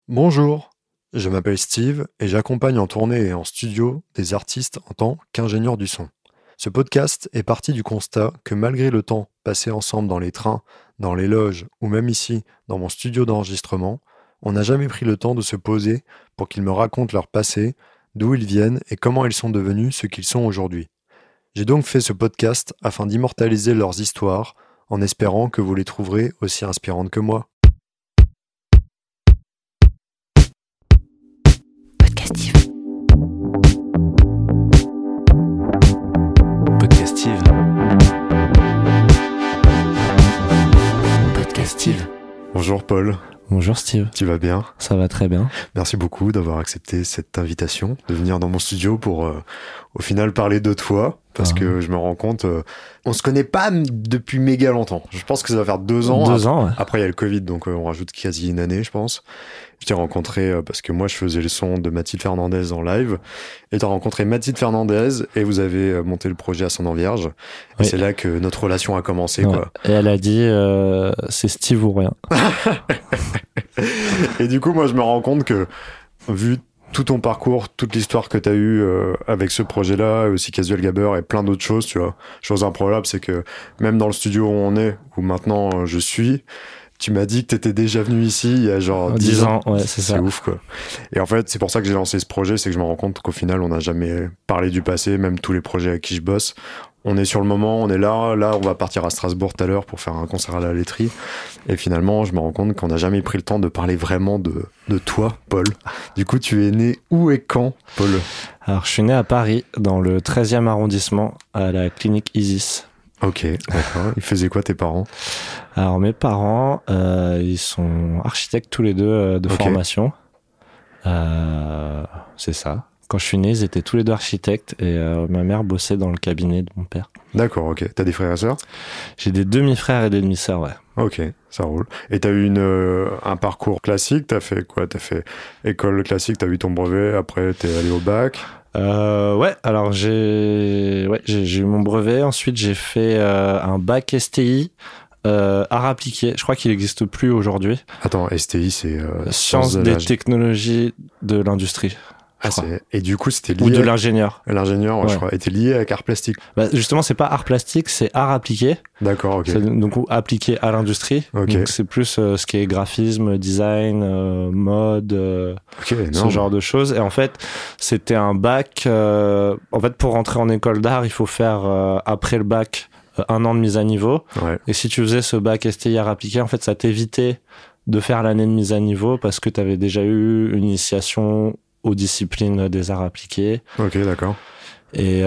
Bonjour, je m'appelle Steve et j'accompagne en tournée et en studio des artistes en tant qu'ingénieur du son. Ce podcast est parti du constat que malgré le temps passé ensemble dans les trains, dans les loges ou même ici dans mon studio d'enregistrement, on n'a jamais pris le temps de se poser pour qu'ils me racontent leur passé, d'où ils viennent et comment ils sont devenus ce qu'ils sont aujourd'hui. J'ai donc fait ce podcast afin d'immortaliser leurs histoires en espérant que vous les trouverez aussi inspirantes que moi. Podcastive. Podcastive. Podcastive. Bonjour Paul. Bonjour Steve. Tu vas bien ? Ça va très bien. Merci beaucoup d'avoir accepté cette invitation, de venir dans mon studio pour au final parler de toi, parce que je me rends compte, on se connaît pas depuis méga longtemps. Je pense que ça va faire 2 ans. 2 ans, ouais. Après il y a le Covid, donc on rajoute quasi une année, je pense. Je t'ai rencontré parce que moi je faisais le son de Mathilde Fernandez en live, et t'as rencontré Mathilde Fernandez et vous avez monté le projet Ascendant Vierge. Et oui. c'est là que notre relation a commencé, Ouais. quoi. Et elle a dit c'est Steve ou rien. Et du coup, moi, je me rends compte que, vu tout ton parcours, toute l'histoire que tu as eue avec ce projet-là, et aussi Casual Gabber et plein d'autres choses, tu vois, chose improbable, c'est que même dans le studio où on est, où maintenant je suis, tu m'as dit que tu étais déjà venu ici il y a genre 10 ans. Ouais, c'est ça. C'est ouf, quoi. Et en fait, c'est pour ça que j'ai lancé ce projet, c'est que je me rends compte qu'au final, on n'a jamais parlé du passé, même tous les projets avec qui je bosse. On est sur le moment, on est là, on va partir à Strasbourg tout à l'heure pour faire un concert à la laiterie. Et finalement, je me rends compte qu'on n'a jamais pris le temps de parler vraiment de toi, Paul. Du coup, tu es né où et quand, Paul ? Alors, je suis né à Paris, dans le 13e arrondissement, à la clinique Isis. Ok, d'accord. Ils faisaient quoi, tes parents ? Alors, mes parents, ils sont architectes tous les deux de formation. C'est ça. Quand je suis né, ils étaient tous les deux architectes et ma mère bossait dans le cabinet de mon père. D'accord, ok. T'as des frères et sœurs ? J'ai des demi-frères et des demi-sœurs, ouais. Ok, ça roule. Et t'as eu un parcours classique ? T'as fait quoi ? T'as fait école classique, t'as eu ton brevet, après t'es allé au bac ? Ouais, alors j'ai eu mon brevet, ensuite j'ai fait un bac STI, art appliqué, je crois qu'il n'existe plus aujourd'hui. Attends, STI c'est... Sciences des technologies de l'industrie. Et du coup, c'était lié... Ou de l'ingénieur. L'ingénieur, ouais. Je crois, était lié avec art plastique. Bah, justement, c'est pas art plastique, c'est art appliqué. D'accord, ok. C'est donc appliqué à l'industrie. Okay. Donc c'est plus ce qui est graphisme, design, mode, ce genre de choses. Et en fait, c'était un bac... en fait, pour rentrer en école d'art, il faut faire, après le bac, 1 an de mise à niveau. Ouais. Et si tu faisais ce bac STI art appliqué, en fait, ça t'évitait de faire l'année de mise à niveau parce que tu avais déjà eu une initiation aux disciplines des arts appliqués. Ok, d'accord. Et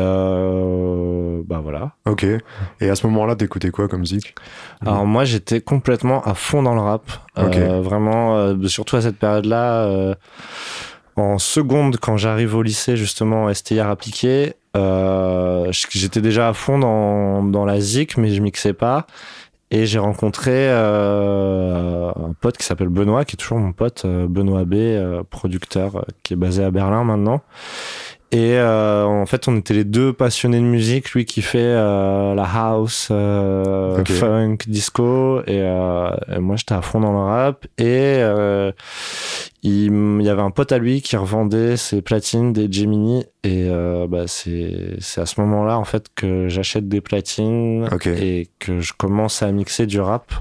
bah voilà. Ok. Et à ce moment-là, t'écoutais quoi comme musique ? Alors moi, j'étais complètement à fond dans le rap. Okay. Vraiment, surtout à cette période-là. En seconde, quand j'arrive au lycée, justement, STI art appliqué, j'étais déjà à fond dans la zik, mais je mixais pas. Et j'ai rencontré un pote qui s'appelle Benoît, qui est toujours mon pote, Benoît B, producteur, qui est basé à Berlin maintenant. Et en fait, on était les deux passionnés de musique. Lui qui fait la house, funk, disco, et moi j'étais à fond dans le rap. Et il y avait un pote à lui qui revendait ses platines, des Gemini, et bah c'est à ce moment-là en fait que j'achète des platines et que je commence à mixer du rap.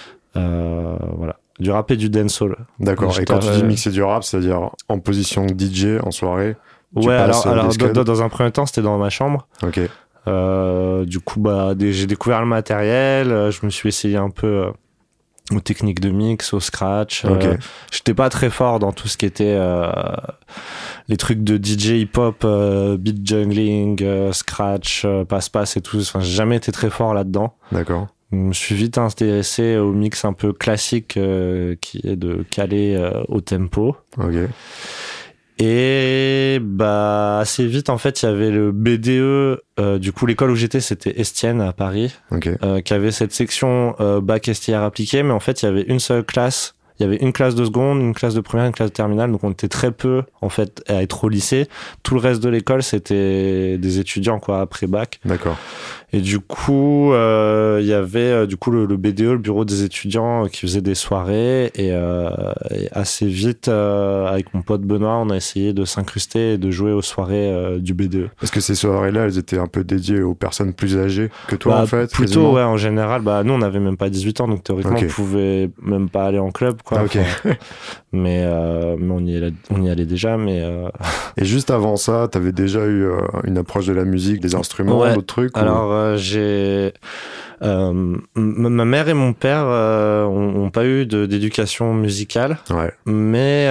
Voilà. Du rap et du dancehall. D'accord. Et quand tu dis mixer du rap, c'est-à-dire en position DJ, en soirée ? Ouais, alors dans un premier temps, c'était dans ma chambre. Ok. Du coup, bah, j'ai découvert le matériel, je me suis essayé un peu aux techniques de mix, au scratch. J'étais pas très fort dans tout ce qui était les trucs de DJ hip-hop, beat jungling, scratch, passe-passe et tout. Enfin, j'ai jamais été très fort là-dedans. D'accord. Je me suis vite intéressé au mix un peu classique qui est de caler au tempo. Ok. Et bah assez vite en fait il y avait le BDE, du coup l'école où j'étais c'était Estienne à Paris, qui avait cette section bac STI art appliqué, mais en fait il y avait une seule classe il y avait une classe de seconde, une classe de première, une classe de terminale, donc on était très peu en fait à être au lycée. Tout le reste de l'école c'était des étudiants quoi après bac. D'accord. Et du coup il y avait du coup le BDE, le bureau des étudiants qui faisait des soirées et assez vite avec mon pote Benoît on a essayé de s'incruster et de jouer aux soirées du BDE. Est-ce que ces soirées-là elles étaient un peu dédiées aux personnes plus âgées que toi en fait? Plutôt quasiment ouais, en général nous on n'avait même pas 18 ans donc théoriquement on pouvait même pas aller en club quoi. Okay. Mais on y allait déjà Et juste avant ça t'avais déjà eu une approche de la musique, des instruments, d'autres trucs alors j'ai ma mère et mon père ont pas eu d'éducation musicale, mais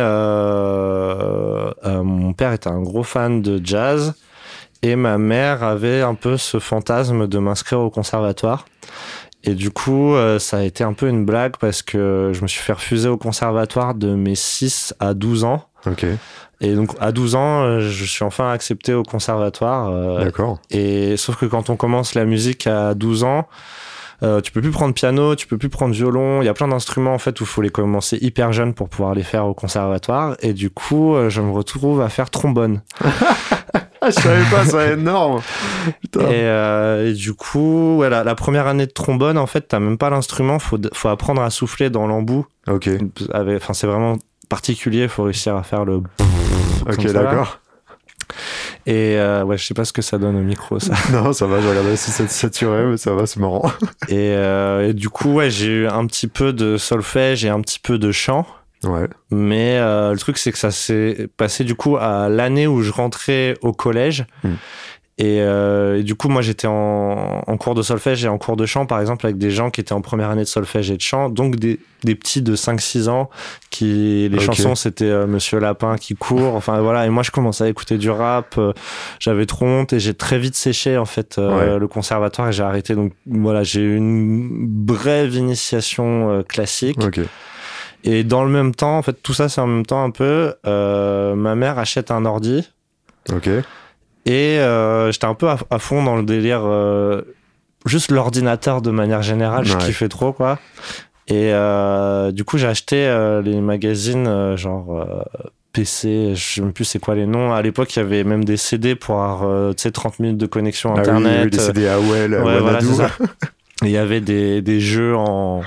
mon père était un gros fan de jazz et ma mère avait un peu ce fantasme de m'inscrire au conservatoire. Et du coup, ça a été un peu une blague parce que je me suis fait refuser au conservatoire de mes 6 à 12 ans. Ok. Et donc, à 12 ans, je suis enfin accepté au conservatoire. D'accord. Et sauf que quand on commence la musique à 12 ans, tu peux plus prendre piano, tu peux plus prendre violon. Il y a plein d'instruments, en fait, où il faut les commencer hyper jeune pour pouvoir les faire au conservatoire. Et du coup, je me retrouve à faire trombone. Je savais pas, c'est énorme. Putain. Et du coup, ouais, la première année de trombone, en fait, t'as même pas l'instrument, faut apprendre à souffler dans l'embout. Ok. Enfin, c'est vraiment particulier, faut réussir à faire le. Ok, d'accord. Et ouais, je sais pas ce que ça donne au micro, ça. Non, ça va, je regardais si c'est saturé, mais ça va, c'est marrant. Et du coup, ouais, j'ai eu un petit peu de solfège et un petit peu de chant. Ouais. Mais le truc, c'est que ça s'est passé du coup à l'année où je rentrais au collège. Et du coup, moi, j'étais en cours de solfège et en cours de chant, par exemple, avec des gens qui étaient en première année de solfège et de chant. Donc, des petits de 5-6 ans les chansons, c'était Monsieur Lapin qui court. Enfin, voilà. Et moi, je commençais à écouter du rap. J'avais trop honte et j'ai très vite séché, en fait, le conservatoire et j'ai arrêté. Donc, voilà, j'ai eu une brève initiation classique. Ok. Et dans le même temps, en fait, tout ça, c'est en même temps un peu, ma mère achète un ordi. Ok. Et j'étais un peu à fond dans le délire, juste l'ordinateur de manière générale, je kiffais trop, quoi. Et du coup, j'ai acheté les magazines PC, je sais même plus c'est quoi les noms. À l'époque, il y avait même des CD pour avoir 30 minutes de connexion Internet. Oui, des CD AOL, ouais, voilà, c'est ça. Et il y avait des jeux en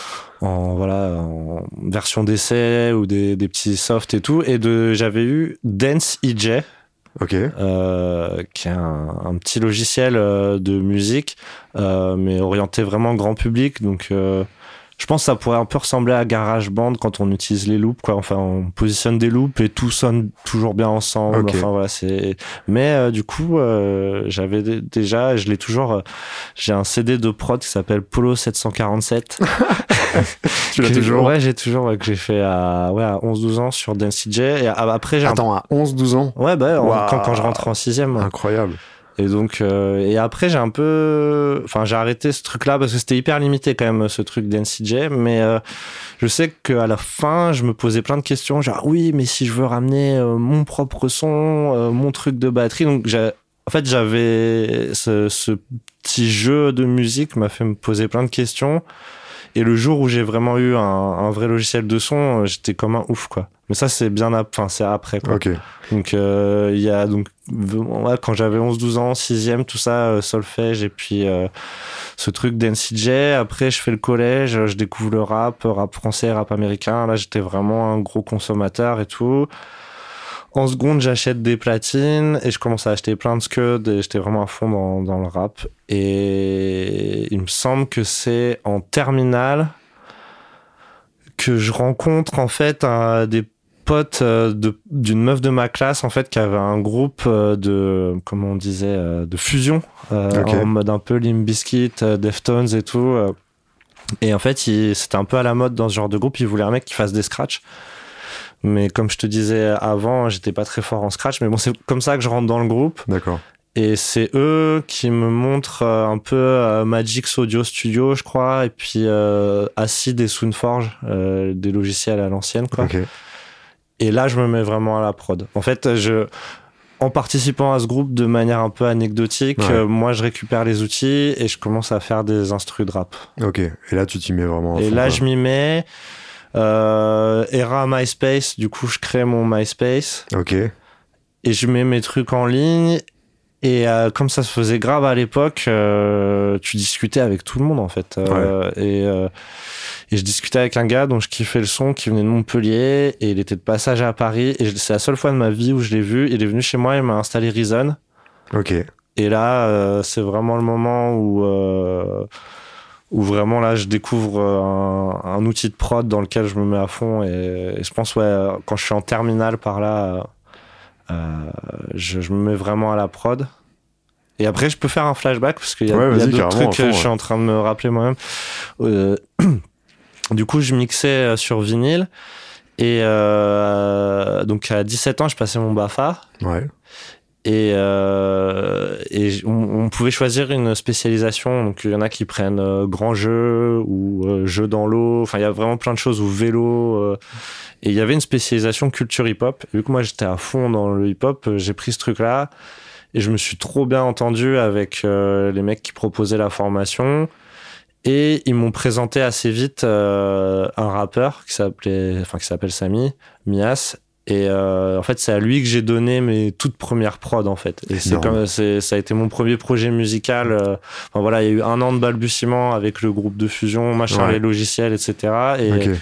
version d'essai ou des petits softs et tout. Et j'avais eu Dance EJ. Ok. Qui est un petit logiciel de musique, mais orienté vraiment grand public. Donc, je pense que ça pourrait un peu ressembler à GarageBand quand on utilise les loops, quoi. Enfin, on positionne des loops et tout sonne toujours bien ensemble. Okay. Enfin, voilà, Mais du coup, j'avais déjà, je l'ai toujours. J'ai un CD de prod qui s'appelle Polo 747. Tu l'as toujours? Ouais, j'ai toujours, que j'ai fait à 11-12 ans sur Dance EJ. Et après, à 11-12 ans? Ouais, bah, quand je rentrais en 6e. Incroyable. Et donc, et après, j'ai arrêté ce truc-là parce que c'était hyper limité quand même, ce truc d'NCJ. Mais je sais qu'à la fin, je me posais plein de questions. Genre, oui, mais si je veux ramener mon propre son, mon truc de batterie. Donc, en fait, j'avais ce petit jeu de musique m'a fait me poser plein de questions. Et le jour où j'ai vraiment eu un vrai logiciel de son, j'étais comme un ouf, quoi. Mais ça, c'est c'est après, quoi. Ok. Donc, il y a quand j'avais 11-12 ans, 6e, tout ça, solfège, et puis ce truc d'NCJ. Après, je fais le collège, je découvre le rap français, rap américain. Là, j'étais vraiment un gros consommateur et tout. En seconde, j'achète des platines et je commence à acheter plein de scuds et j'étais vraiment à fond dans le rap. Et il me semble que c'est en terminale que je rencontre en fait des potes d'une meuf de ma classe en fait qui avait un groupe de fusion en mode un peu Limp Bizkit, Deftones et tout. Et en fait, c'était un peu à la mode dans ce genre de groupe. Ils voulaient un mec qui fasse des scratchs. Mais comme je te disais avant, j'étais pas très fort en scratch. Mais bon, c'est comme ça que je rentre dans le groupe. D'accord. Et c'est eux qui me montrent un peu Magix Audio Studio, je crois, et puis Acid et Soundforge, des logiciels à l'ancienne, quoi. Okay. Et là, je me mets vraiment à la prod. En fait, en participant à ce groupe de manière un peu anecdotique, moi, je récupère les outils et je commence à faire des instrus de rap. Ok. Et là, tu t'y mets vraiment. Et là, je m'y mets. Era MySpace, du coup je crée mon MySpace. Ok. Et je mets mes trucs en ligne. Et comme ça se faisait grave à l'époque, tu discutais avec tout le monde en fait. Et je discutais avec un gars dont je kiffais le son qui venait de Montpellier et il était de passage à Paris. Et c'est la seule fois de ma vie où je l'ai vu. Il est venu chez moi, il m'a installé Reason. Ok. Et là, c'est vraiment le moment où vraiment là, je découvre un outil de prod dans lequel je me mets à fond. Et je pense, quand je suis en terminale par là, je me mets vraiment à la prod. Et après, je peux faire un flashback parce qu'il y a d'autres trucs que je suis en train de me rappeler moi-même. Du coup, je mixais sur vinyle. Et donc, à 17 ans, je passais mon BAFA. Ouais. Et on pouvait choisir une spécialisation. Donc, il y en a qui prennent grand jeu ou jeu dans l'eau. Enfin, il y a vraiment plein de choses, ou vélo. Et il y avait une spécialisation culture hip-hop. Et vu que moi, j'étais à fond dans le hip-hop, j'ai pris ce truc-là. Et je me suis trop bien entendu avec les mecs qui proposaient la formation. Et ils m'ont présenté assez vite un rappeur qui s'appelle Samy, Mias. Et en fait, c'est à lui que j'ai donné mes toutes premières prods, en fait. Et ça a été mon premier projet musical. Enfin, voilà, il y a eu 1 an de balbutiement avec le groupe de fusion, machin, les logiciels, etc.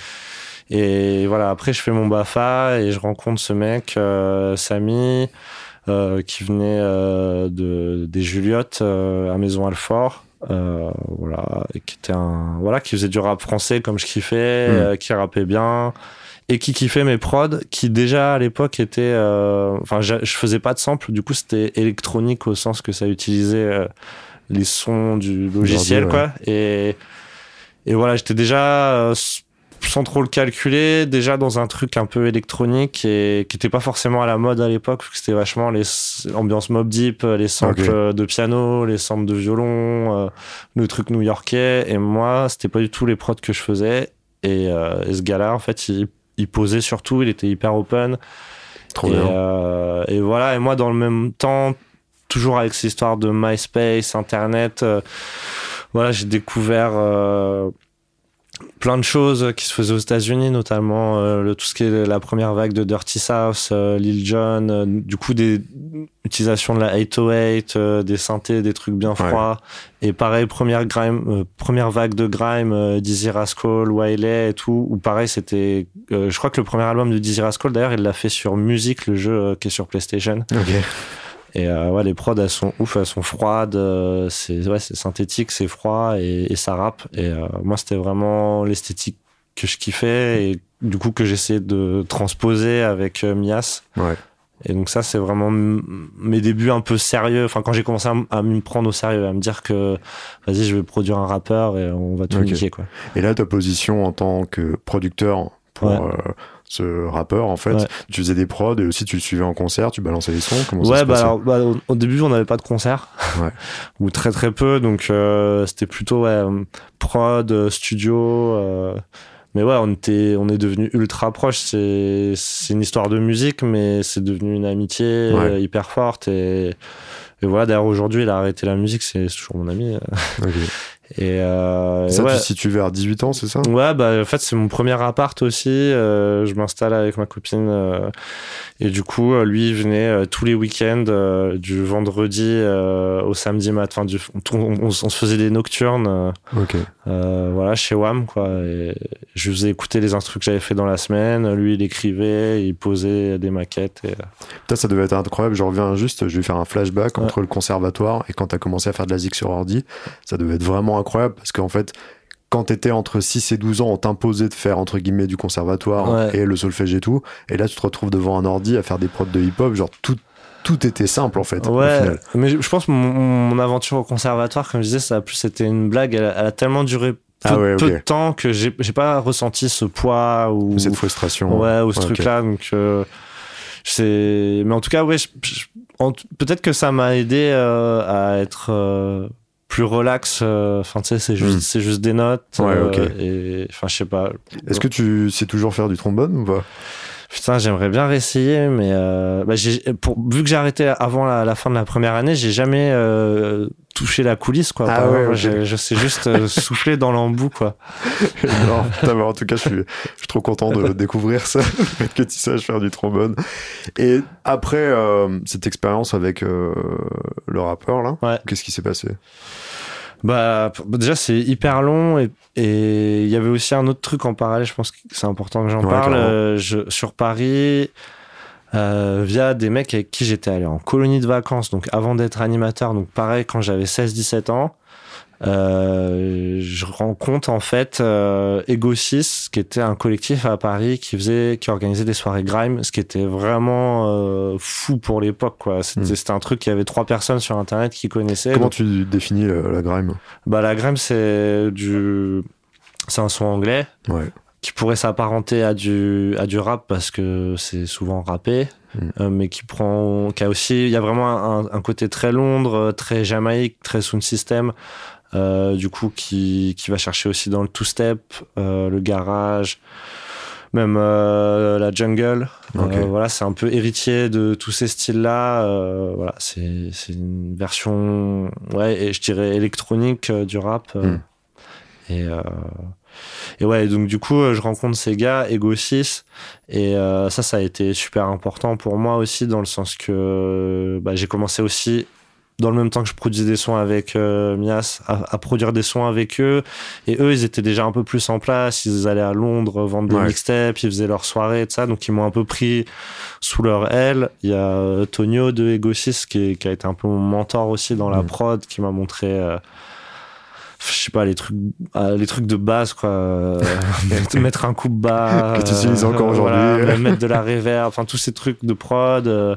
Et voilà, après, je fais mon BAFA et je rencontre ce mec, Samy, qui venait des Juliottes à Maison-Alfort. Voilà, et qui était qui faisait du rap français comme je kiffais, qui rappait bien. Et qui kiffait mes prods, qui déjà à l'époque était... je faisais pas de sample, du coup c'était électronique au sens que ça utilisait les sons du logiciel, quoi. Et voilà, j'étais déjà, sans trop le calculer, déjà dans un truc un peu électronique et qui était pas forcément à la mode à l'époque, parce que c'était vachement l'ambiance Mobb Deep, les samples de piano, les samples de violon, le truc new-yorkais. Et moi, c'était pas du tout les prods que je faisais. Et ce gars-là, en fait, il posait surtout, il était hyper open. Trop bien. Et voilà, et moi dans le même temps, toujours avec cette histoire de MySpace, Internet, voilà, j'ai découvert plein de choses qui se faisaient aux États-Unis, notamment tout ce qui est la première vague de Dirty South, Lil Jon, du coup des utilisations de la 808, des synthés, des trucs bien froids. Et pareil, première vague de grime, Dizzy Rascal, Wiley et tout, où pareil, c'était je crois que le premier album de Dizzy Rascal, d'ailleurs, il l'a fait sur Music, le jeu qui est sur PlayStation. Et les prods, elles sont ouf, elles sont froides, c'est synthétique, c'est froid et ça rappe. Et moi, c'était vraiment l'esthétique que je kiffais et du coup que j'essayais de transposer avec Mias. Ouais. Et donc ça, c'est vraiment mes débuts un peu sérieux. Enfin, quand j'ai commencé à me prendre au sérieux, à me dire que vas-y, je vais produire un rappeur et on va tout niquer, quoi. Et là, ta position en tant que producteur pour ce rappeur, en fait, tu faisais des prods et aussi tu le suivais en concert, tu balançais les sons, comment ça se passait? Au début, on n'avait pas de concert, ou très très peu, donc c'était plutôt prod, studio. Mais ouais, on est devenus ultra proches. C'est une histoire de musique, mais c'est devenu une amitié hyper forte. Et voilà, d'ailleurs, aujourd'hui, il a arrêté la musique, c'est toujours mon ami. Et ça, tu te situes vers 18 ans, c'est ça? Ouais, en fait, c'est mon premier appart aussi. Je m'installe avec ma copine. Et du coup, lui, il venait tous les week-ends, du vendredi au samedi matin. On se faisait des nocturnes. Voilà, chez WAM, quoi. Et je lui faisais écouter les instrus que j'avais fait dans la semaine. Lui, il écrivait, il posait des maquettes. Putain, ça devait être incroyable. Je reviens juste, je vais faire un flashback entre le conservatoire et quand t'as commencé à faire de la zik sur ordi. Ça devait être vraiment incroyable parce qu'en fait, quand t'étais entre 6 et 12 ans, on t'imposait de faire entre guillemets du conservatoire et le solfège et tout. Et là, tu te retrouves devant un ordi à faire des prods de hip-hop. Genre, tout était simple en fait. Au final. Mais je pense que mon aventure au conservatoire, comme je disais, ça a plus été une blague. Elle a tellement duré peu de temps que j'ai pas ressenti ce poids ou cette frustration. Ou ce truc-là. Donc, mais en tout cas, peut-être que ça m'a aidé à être plus relax. Enfin, tu sais, c'est juste des notes. Et enfin, je sais pas. Est-ce que tu sais toujours faire du trombone ou pas? Putain, j'aimerais bien réessayer, mais vu que j'ai arrêté avant la fin de la première année, j'ai jamais toucher la coulisse, quoi. Ah ouais, moi, okay. je sais juste souffler dans l'embout, quoi. Non, putain, en tout cas, je suis trop content de découvrir ça, le fait que tu saches faire du trombone. Et après cette expérience avec le rappeur, là, qu'est-ce qui s'est passé? Bah, déjà, c'est hyper long et il y avait aussi un autre truc en parallèle, je pense que c'est important que j'en parle. Sur Paris, via des mecs avec qui j'étais allé en colonie de vacances, donc avant d'être animateur, donc pareil, quand j'avais 16-17 ans, je rencontre en fait Ego 6, qui était un collectif à Paris qui organisait des soirées grime, ce qui était vraiment fou pour l'époque, quoi. C'était un truc, il y avait 3 personnes sur internet qui connaissaient. Comment tu définis la grime? Bah, la grime, c'est un son anglais. Ouais. Qui pourrait s'apparenter à du rap parce que c'est souvent rappé, mais il y a vraiment un côté très Londres, très Jamaïque, très sound system, du coup qui va chercher aussi dans le two-step, le garage, même la jungle. Okay. Voilà, c'est un peu héritier de tous ces styles-là. Voilà, c'est une version, et je dirais électronique du rap. Et ouais, donc du coup, je rencontre ces gars, Ego 6, et ça a été super important pour moi aussi, dans le sens que j'ai commencé aussi, dans le même temps que je produisais des sons avec Mias, à produire des sons avec eux, et eux, ils étaient déjà un peu plus en place, ils allaient à Londres vendre des mixtapes, ils faisaient leurs soirées et tout ça, donc ils m'ont un peu pris sous leur aile. Il y a Tonio de Ego 6 qui a été un peu mon mentor aussi dans la prod, qui m'a montré... je sais pas, les trucs de base, quoi. Mettre un coup bas. Que tu utilises encore aujourd'hui. Voilà, mettre de la reverb, enfin, tous ces trucs de prod.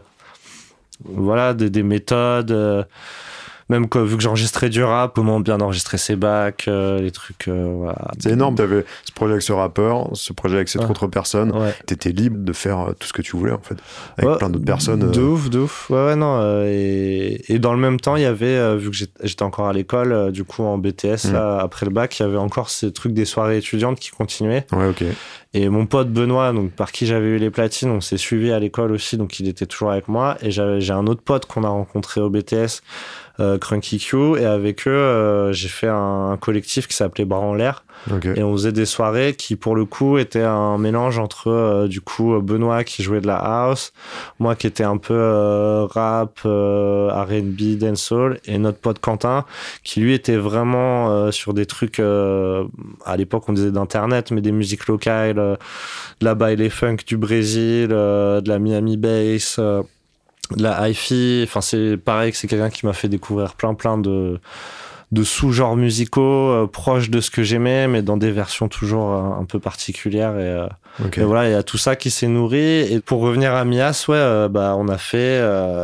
Voilà, des méthodes. Même vu que j'enregistrais du rap, comment bien enregistrer ses bacs, les trucs. Voilà. C'est énorme. T'avais ce projet avec ce rappeur, ce projet avec cette autre personne. Ouais. T'étais libre de faire tout ce que tu voulais, en fait. Avec plein d'autres personnes. De ouf. Ouais, non. Et dans le même temps, il y avait, vu que j'étais encore à l'école, du coup, en BTS, là, après le bac, il y avait encore ces trucs des soirées étudiantes qui continuaient. Ouais, ok. Et mon pote Benoît, donc par qui j'avais eu les platines, on s'est suivi à l'école aussi, donc il était toujours avec moi. Et j'ai un autre pote qu'on a rencontré au BTS, Crunky Q, et avec eux, j'ai fait un collectif qui s'appelait Bras en l'air. Okay. Et on faisait des soirées qui, pour le coup, étaient un mélange entre, du coup, Benoît qui jouait de la house, moi qui étais un peu rap, R&B, dancehall, et notre pote Quentin, qui lui était vraiment sur des trucs, à l'époque on disait d'internet, mais des musiques locales, de la baile funk du Brésil, de la Miami bass, de la hi-fi. Enfin, c'est pareil que c'est quelqu'un qui m'a fait découvrir plein de sous-genres musicaux proches de ce que j'aimais, mais dans des versions toujours un peu particulières. Et voilà, il y a tout ça qui s'est nourri. Et pour revenir à Mias, on a fait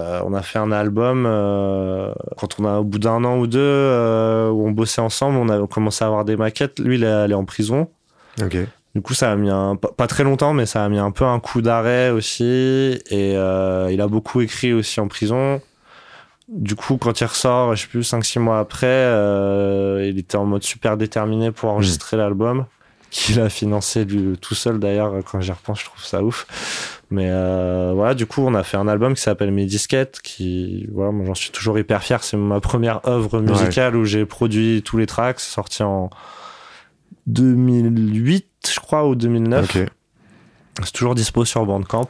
un album quand au bout d'un an ou deux où on bossait ensemble, on a commencé à avoir des maquettes. Lui, il est allé en prison. Okay. Du coup, ça a mis pas très longtemps, mais ça a mis un peu un coup d'arrêt aussi. Et il a beaucoup écrit aussi en prison. Du coup, quand il ressort, je sais plus, 5-6 mois après, il était en mode super déterminé pour enregistrer l'album, qu'il a financé lui tout seul d'ailleurs. Quand j'y repense, je trouve ça ouf. Mais voilà, du coup, on a fait un album qui s'appelle Mes Disquettes, voilà, moi j'en suis toujours hyper fier. C'est ma première œuvre musicale où j'ai produit tous les tracks. C'est sorti en 2008, je crois, ou 2009. Okay. C'est toujours dispo sur Bandcamp.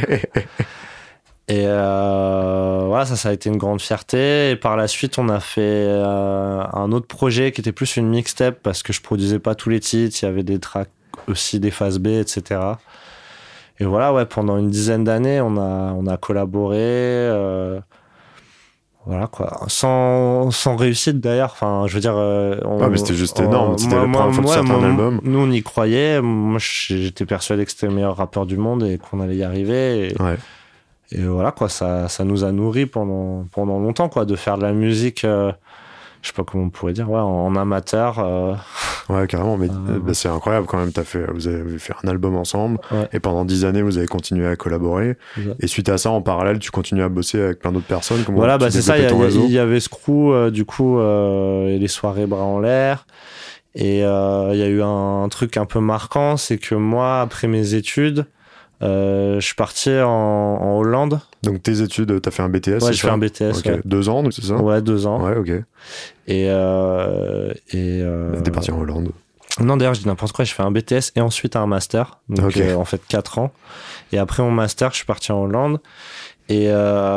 Et voilà, ça a été une grande fierté. Et par la suite, on a fait un autre projet qui était plus une mixtape parce que je produisais pas tous les titres. Il y avait des tracks aussi, des phases B, etc. Et voilà, pendant une dizaine d'années, on a collaboré. Voilà quoi, sans réussite d'ailleurs. Enfin, je veux dire, mais c'était juste énorme. C'était la première fois que tu sortais un album. Nous, on y croyait. Moi, j'étais persuadé que c'était le meilleur rappeur du monde et qu'on allait y arriver. Et voilà quoi, ça nous a nourris pendant longtemps quoi, de faire de la musique. Je sais pas comment on pourrait dire, en amateur. Ouais, carrément. Mais c'est incroyable quand même. Vous avez fait un album ensemble et pendant 10 années, vous avez continué à collaborer. Et suite à ça, en parallèle, tu continues à bosser avec plein d'autres personnes. Voilà, c'est ça. Il y avait Screw, du coup, et les soirées Bras en l'air. Et il y a eu un truc un peu marquant, c'est que moi, après mes études, Je suis parti en Hollande. Donc tes études, t'as fait un BTS? Ouais, j'ai fait un BTS. Okay. Ouais. 2 ans, c'est ça? Ouais, 2 ans. Ouais, ok. Et t'es parti en Hollande? Non, d'ailleurs, je dis n'importe quoi. J'ai fait un BTS et ensuite un master. Donc, okay. En fait, 4 ans. Et après mon master, je suis parti en Hollande. Et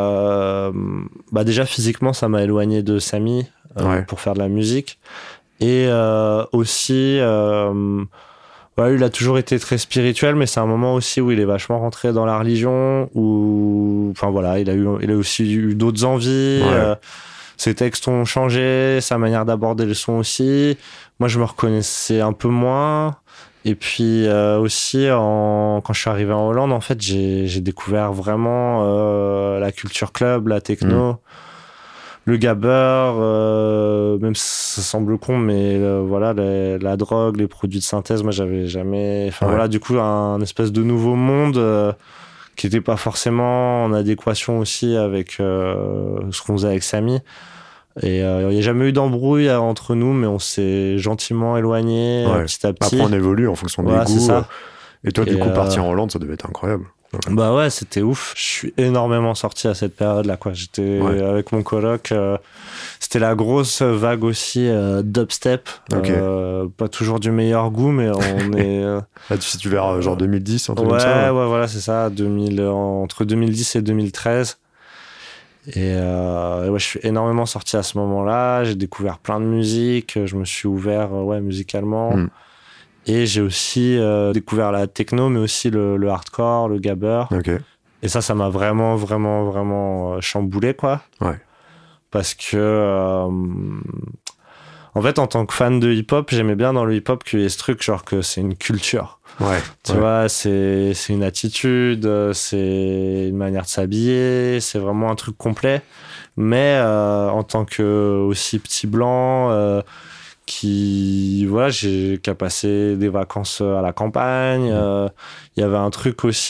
déjà, physiquement, ça m'a éloigné de Samy pour faire de la musique. Et aussi... Ouais, il a toujours été très spirituel, mais c'est un moment aussi où il est vachement rentré dans la religion, où, enfin voilà, il a aussi eu d'autres envies. Ouais. Ses textes ont changé, sa manière d'aborder le son aussi. Moi, je me reconnaissais un peu moins. Et puis aussi, quand je suis arrivé en Hollande, en fait, j'ai découvert vraiment la culture club, la techno. Le gabber, même si ça semble con, mais voilà, la drogue, les produits de synthèse, moi j'avais jamais. Enfin voilà, du coup, un espèce de nouveau monde qui n'était pas forcément en adéquation aussi avec ce qu'on faisait avec Samy. Et il n'y a jamais eu d'embrouille entre nous, mais on s'est gentiment éloigné petit à petit. Après, on évolue en fonction des goûts. Ça. Et toi, du coup, partir en Hollande, ça devait être incroyable. Bah ouais, c'était ouf. Je suis énormément sorti à cette période-là, quoi. J'étais avec mon coloc. C'était la grosse vague aussi dubstep. Pas toujours du meilleur goût, mais on est... Là, tu vers genre 2010, un truc comme ça. Ouais, voilà, c'est ça. Entre 2010 et 2013. Et je suis énormément sorti à ce moment-là. J'ai découvert plein de musique. Je me suis ouvert musicalement. Et j'ai aussi découvert la techno, mais aussi le hardcore, le gabber. Et ça m'a vraiment, vraiment, vraiment chamboulé, quoi. Ouais. Parce que, en fait, en tant que fan de hip-hop, j'aimais bien dans le hip-hop qu'il y ait ce truc, genre que c'est une culture. Tu vois, c'est une attitude, c'est une manière de s'habiller, c'est vraiment un truc complet. Mais en tant que aussi petit blanc... qui a passé des vacances à la campagne. Il y avait un truc aussi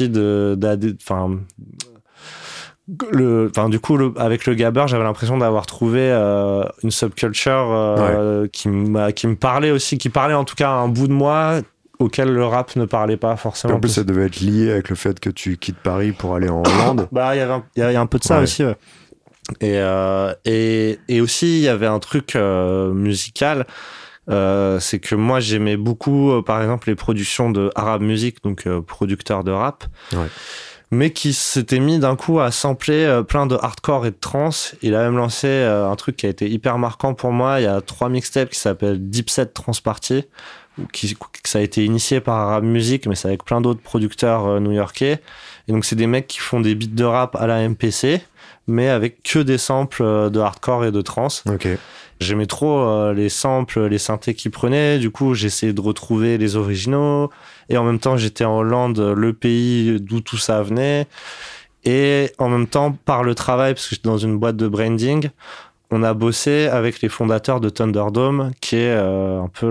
avec le gabber, j'avais l'impression d'avoir trouvé une subculture qui me parlait aussi, qui parlait en tout cas à un bout de moi auquel le rap ne parlait pas forcément. En plus, ça devait être lié avec le fait que tu quittes Paris pour aller en Hollande. Il y avait un peu de ça aussi. Et aussi il y avait un truc musical, c'est que moi j'aimais beaucoup par exemple les productions de Arab Music, donc producteur de rap, mais qui s'était mis d'un coup à sampler plein de hardcore et de trance. Il a même lancé un truc qui a été hyper marquant pour moi. Il y a 3 mixtapes qui s'appellent Deep Set Trance Party, ça a été initié par Arab Music, mais c'est avec plein d'autres producteurs new-yorkais. Et donc c'est des mecs qui font des beats de rap à la MPC, mais avec que des samples de hardcore et de trance. J'aimais trop les samples, les synthés qu'ils prenaient. Du coup, j'essayais de retrouver les originaux. Et en même temps, j'étais en Hollande, le pays d'où tout ça venait. Et en même temps, par le travail, parce que j'étais dans une boîte de branding, on a bossé avec les fondateurs de Thunderdome, qui est un peu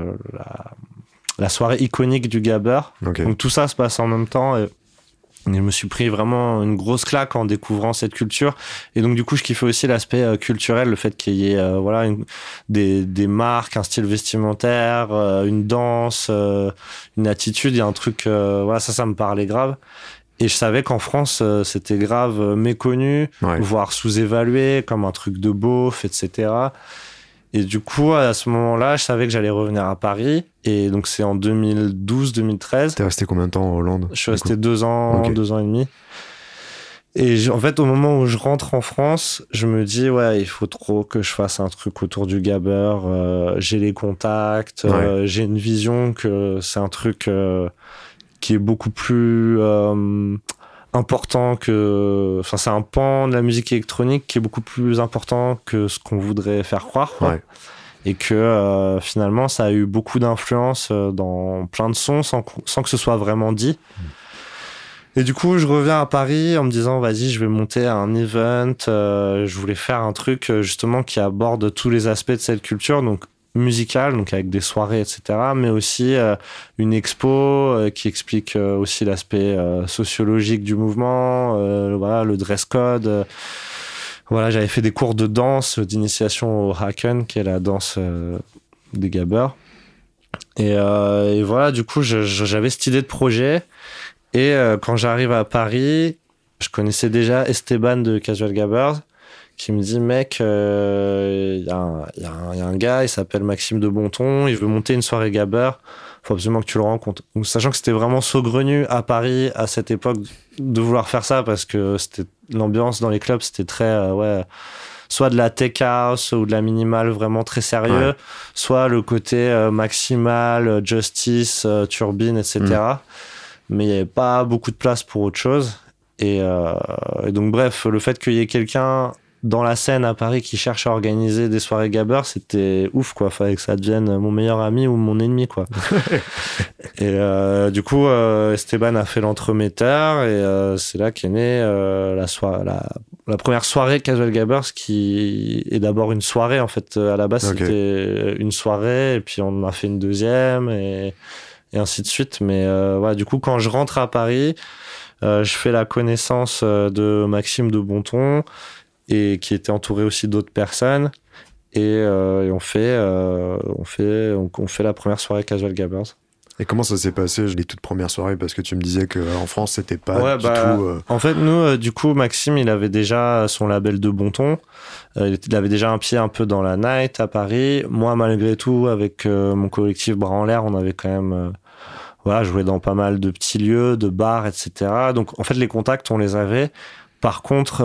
la soirée iconique du gabber. Donc tout ça se passe en même temps. Et je me suis pris vraiment une grosse claque en découvrant cette culture. Et donc, du coup, je kiffais aussi l'aspect culturel, le fait qu'il y ait des marques, un style vestimentaire, une danse, une attitude. Il y a un truc... ça me parlait grave. Et je savais qu'en France, c'était grave méconnu, voire sous-évalué, comme un truc de beauf, etc. Et du coup, à ce moment-là, je savais que j'allais revenir à Paris. Et donc, c'est en 2012-2013. T'es resté combien de temps en Hollande? Je suis resté 2 ans, 2 ans et demi. Et en fait, au moment où je rentre en France, je me dis, il faut trop que je fasse un truc autour du gabber. J'ai les contacts, j'ai une vision que c'est un truc qui est beaucoup plus important c'est un pan de la musique électronique qui est beaucoup plus important que ce qu'on voudrait faire croire. Et que finalement, ça a eu beaucoup d'influence dans plein de sons sans que ce soit vraiment dit. Et du coup, je reviens à Paris en me disant, vas-y, je vais monter un event. Je voulais faire un truc justement qui aborde tous les aspects de cette culture, donc musicale, donc avec des soirées, etc., mais aussi une expo qui explique aussi l'aspect sociologique du mouvement, le dress code. J'avais fait des cours de danse, d'initiation au Haken, qui est la danse des gabbers. Et voilà, du coup, j'avais cette idée de projet. Et quand j'arrive à Paris, je connaissais déjà Esteban de Casual Gabbers qui me dit mec, il y a un gars, il s'appelle Maxime de Bonton, il veut monter une soirée Gabber, faut absolument que tu le rencontres. Donc, sachant que c'était vraiment saugrenu à Paris à cette époque de vouloir faire ça parce que c'était l'ambiance dans les clubs, c'était très soit de la tech house ou de la minimale vraiment très sérieux, soit le côté maximal, justice, turbine, etc. Mais il n'y avait pas beaucoup de place pour autre chose. Et donc bref, le fait qu'il y ait quelqu'un dans la scène à Paris qui cherche à organiser des soirées Gabber, c'était ouf quoi. Fallait que ça devienne mon meilleur ami ou mon ennemi quoi. Et du coup, Esteban a fait l'entremetteur et c'est là qu'est née la première soirée Casual Gabbers qui est d'abord une soirée en fait. À la base, c'était une soirée et puis on a fait une deuxième et ainsi de suite. Mais voilà, du coup, quand je rentre à Paris, je fais la connaissance de Maxime de Bonton et qui était entouré aussi d'autres personnes et on fait la première soirée Casual Gabbers. Et comment ça s'est passé les toutes premières soirées, parce que tu me disais qu'en France c'était pas du tout en fait nous du coup Maxime il avait déjà son label de Bonton, il avait déjà un pied un peu dans la night à Paris. Moi malgré tout avec mon collectif Bras en l'air on avait quand même joué dans pas mal de petits lieux, de bars, etc. Donc en fait les contacts on les avait. Par contre,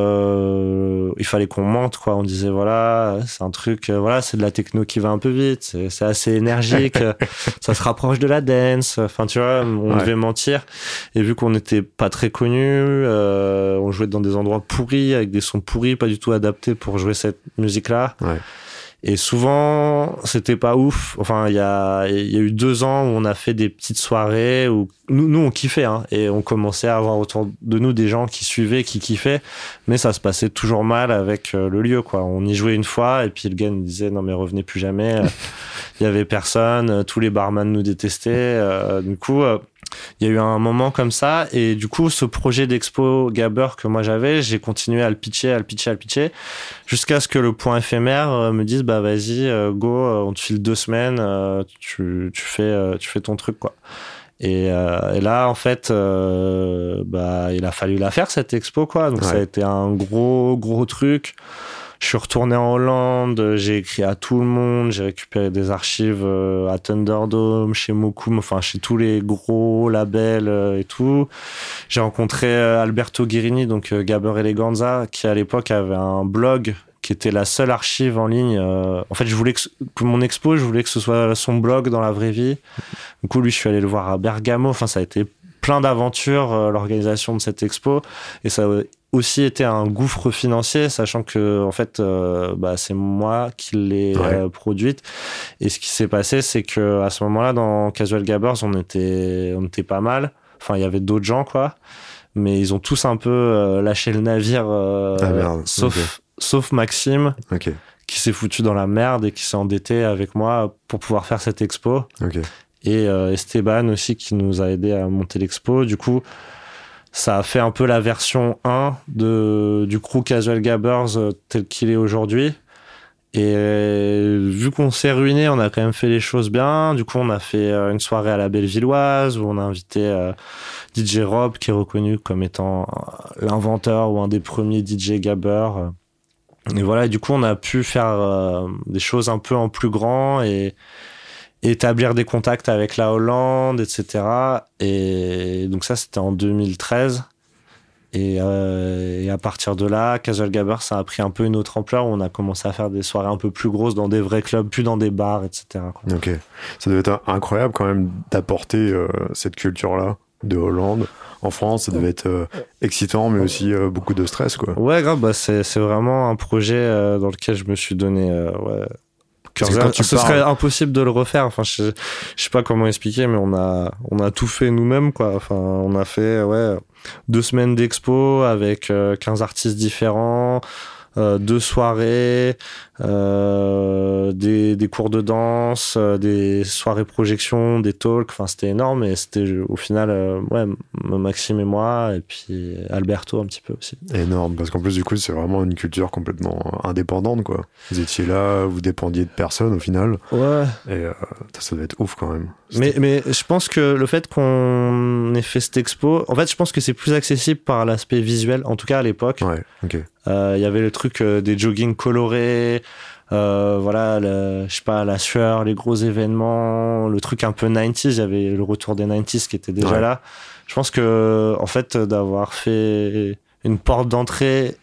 il fallait qu'on mente, quoi. On disait, voilà, c'est un truc, c'est de la techno qui va un peu vite, c'est assez énergique, ça se rapproche de la dance. Enfin, tu vois, on devait mentir. Et vu qu'on n'était pas très connus, on jouait dans des endroits pourris, avec des sons pourris, pas du tout adaptés pour jouer cette musique-là. Ouais. Et souvent, c'était pas ouf. Enfin, il y a eu 2 ans où on a fait des petites soirées où nous on kiffait, hein, et on commençait à avoir autour de nous des gens qui suivaient, qui kiffaient, mais ça se passait toujours mal avec le lieu, quoi. On y jouait une fois et puis le gars nous disait non mais revenez plus jamais. Il y avait personne, tous les barman nous détestaient. Du coup, il y a eu un moment comme ça et du coup ce projet d'expo Gabber que moi j'avais, j'ai continué à le pitcher jusqu'à ce que le point éphémère me dise bah vas-y go, on te file 2 semaines, tu fais ton truc quoi. Et là en fait il a fallu la faire cette expo quoi, donc ça a été un gros truc. Je suis retourné en Hollande, j'ai écrit à tout le monde, j'ai récupéré des archives à Thunderdome, chez Mokum, enfin chez tous les gros labels et tout. J'ai rencontré Alberto Guerini, donc Gabber Eleganza, qui à l'époque avait un blog qui était la seule archive en ligne. En fait, je voulais que mon expo, je voulais que ce soit son blog dans la vraie vie. Du coup, lui, je suis allé le voir à Bergamo. Enfin, ça a été plein d'aventures, l'organisation de cette expo. Et ça aussi été un gouffre financier, sachant que en fait c'est moi qui l'ai produite. Et ce qui s'est passé, c'est que à ce moment-là dans Casual Gabbers on était pas mal, enfin il y avait d'autres gens quoi, mais ils ont tous un peu lâché le navire, sauf Maxime qui s'est foutu dans la merde et qui s'est endetté avec moi pour pouvoir faire cette expo. Et Esteban aussi qui nous a aidé à monter l'expo. Du coup ça a fait un peu la version 1 du crew Casual Gabbers tel qu'il est aujourd'hui. Et vu qu'on s'est ruiné, on a quand même fait les choses bien. Du coup, on a fait une soirée à la Bellevilloise où on a invité DJ Rob, qui est reconnu comme étant l'inventeur ou un des premiers DJ Gabber. Et voilà, du coup, on a pu faire des choses un peu en plus grand et établir des contacts avec la Hollande, etc. Et donc ça, c'était en 2013. Et à partir de là, Casual Gabber, ça a pris un peu une autre ampleur où on a commencé à faire des soirées un peu plus grosses dans des vrais clubs, plus dans des bars, etc. Ok. Ça devait être incroyable quand même d'apporter cette culture-là de Hollande en France. Ça devait être excitant, mais aussi beaucoup de stress, quoi. Ouais, grave. C'est vraiment un projet dans lequel je me suis donné... Ce serait impossible de le refaire. Enfin, je sais pas comment expliquer, mais on a tout fait nous-mêmes, quoi. Enfin, on a fait 2 semaines d'expo avec 15 artistes différents, 2 soirées, des cours de danse, des soirées projection, des talks. Enfin, c'était énorme et c'était au final, Maxime et moi, et puis Alberto un petit peu aussi. Énorme, parce qu'en plus, du coup, c'est vraiment une culture complètement indépendante, quoi. Vous étiez là, vous dépendiez de personne au final. Ouais. Et ça devait être ouf quand même. Mais je pense que le fait qu'on ait fait cette expo, en fait, je pense que c'est plus accessible par l'aspect visuel, en tout cas à l'époque. Ouais, ok. Il y avait le truc des joggings colorés, voilà, je sais pas, la sueur, les gros événements, le truc un peu 90s, il y avait le retour des 90s qui était déjà là. Je pense que, en fait, d'avoir fait une porte d'entrée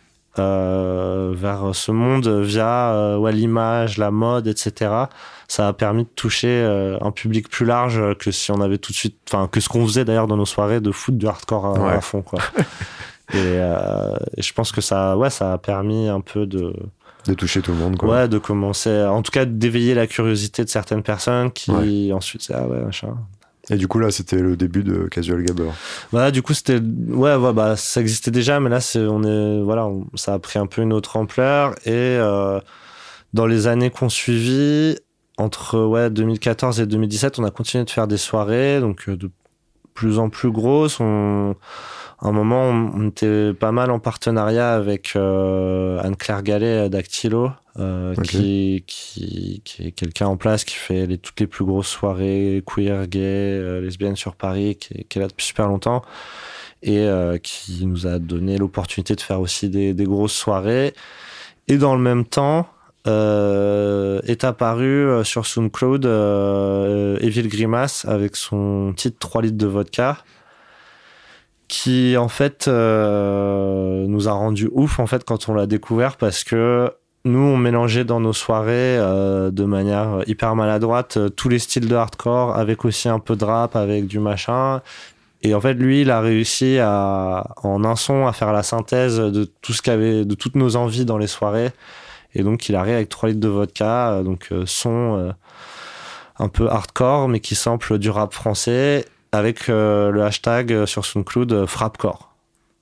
vers ce monde via l'image, la mode, etc., ça a permis de toucher un public plus large que si on avait tout de suite, enfin, que ce qu'on faisait d'ailleurs dans nos soirées de foot, de hardcore à fond, quoi. Et je pense que ça a permis un peu de toucher tout le monde, quoi. Ouais, de commencer, en tout cas d'éveiller la curiosité de certaines personnes qui ensuite c'est machin. Et du coup là c'était le début de Casual Gabber. Bah du coup c'était ça existait déjà, mais là ça a pris un peu une autre ampleur et dans les années qu'on suivit, entre 2014 et 2017, on a continué de faire des soirées, donc de plus en plus grosses. À un moment, on était pas mal en partenariat avec Anne-Claire Gallet Dactylo, qui est quelqu'un en place qui fait toutes les plus grosses soirées queer, gay, lesbiennes sur Paris, qui est là depuis super longtemps et qui nous a donné l'opportunité de faire aussi des grosses soirées. Et dans le même temps, est apparu sur SoundCloud Evil Grimace avec son titre 3 litres de vodka, qui en fait nous a rendu ouf en fait quand on l'a découvert, parce que nous on mélangeait dans nos soirées de manière hyper maladroite tous les styles de hardcore avec aussi un peu de rap, avec du machin, et en fait lui il a réussi en un son à faire la synthèse de tout de toutes nos envies dans les soirées, et donc il arrive avec 3 litres de vodka, son un peu hardcore mais qui sample du rap français, avec le hashtag sur SoundCloud Frappcore.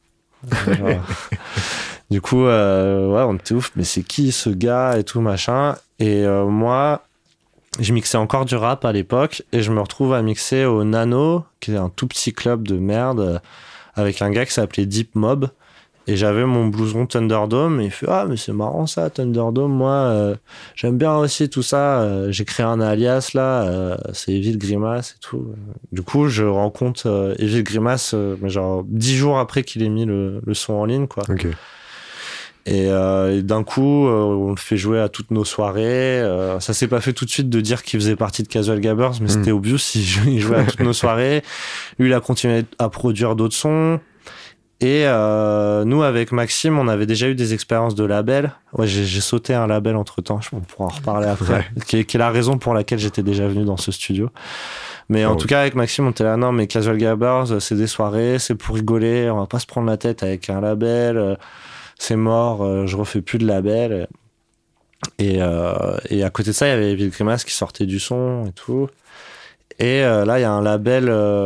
Du coup, on était ouf, mais c'est qui ce gars et tout machin. Et moi, je mixais encore du rap à l'époque et je me retrouve à mixer au Nano, qui est un tout petit club de merde, avec un gars qui s'appelait Deep Mob. Et j'avais mon blouson Thunderdome et il fait « Ah, mais c'est marrant ça, Thunderdome, moi, j'aime bien aussi tout ça. J'ai créé un alias là, c'est Evil Grimace et tout. » Du coup, je rencontre Evil Grimace, mais genre 10 jours après qu'il ait mis le son en ligne, quoi. Okay. Et d'un coup, on le fait jouer à toutes nos soirées. Ça s'est pas fait tout de suite de dire qu'il faisait partie de Casual Gabbers, mais c'était obvious, il jouait à toutes nos soirées. Lui, il a continué à produire d'autres sons. Et nous, avec Maxime, on avait déjà eu des expériences de label. Ouais, j'ai sauté un label entre-temps, on pourra en reparler après, qui est la raison pour laquelle j'étais déjà venu dans ce studio. Mais en tout cas, avec Maxime, on était là, non, mais Casual Gabbers, c'est des soirées, c'est pour rigoler, on va pas se prendre la tête avec un label, c'est mort, je refais plus de label. Et à côté de ça, il y avait Evil Grimace qui sortait du son et tout. Et là, il y a un label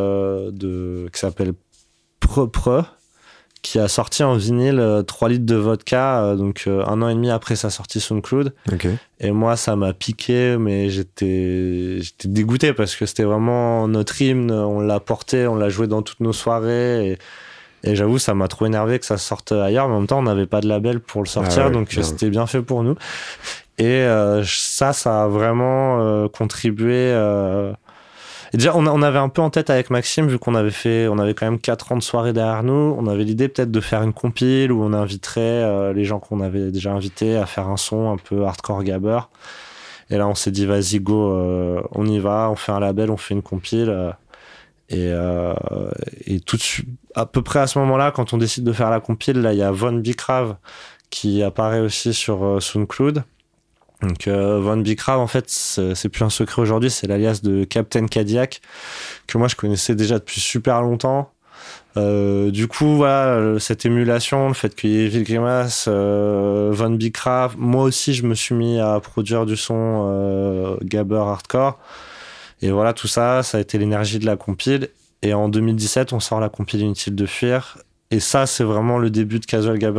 qui s'appelle Pre, qui a sorti en vinyle 3 litres de vodka, donc 1 an et demi après sa sortie SoundCloud. Okay. Et moi, ça m'a piqué, mais j'étais dégoûté parce que c'était vraiment notre hymne, on l'a porté, on l'a joué dans toutes nos soirées. Et j'avoue, ça m'a trop énervé que ça sorte ailleurs, mais en même temps, on n'avait pas de label pour le sortir, donc c'était bien fait pour nous. Et ça a vraiment contribué... Et déjà, on avait un peu en tête avec Maxime, vu qu'on avait quand même 4 ans de soirée derrière nous, on avait l'idée peut-être de faire une compile où on inviterait les gens qu'on avait déjà invités à faire un son un peu hardcore gabber. Et là, on s'est dit, vas-y, go, on y va, on fait un label, on fait une compile. Et tout de suite, à peu près à ce moment-là, quand on décide de faire la compile, là, il y a Von Bicrave qui apparaît aussi sur SoundCloud. Donc Von Bicrave, en fait, c'est plus un secret aujourd'hui, c'est l'alias de Captain Cadillac, que moi je connaissais déjà depuis super longtemps. Du coup, voilà, cette émulation, le fait qu'il y ait Evil Grimace, Von Bicrave, moi aussi je me suis mis à produire du son gabber hardcore. Et voilà, tout ça a été l'énergie de la compile. Et en 2017, on sort la compile Inutile de fuir. Et ça, c'est vraiment le début de Casual Gabbers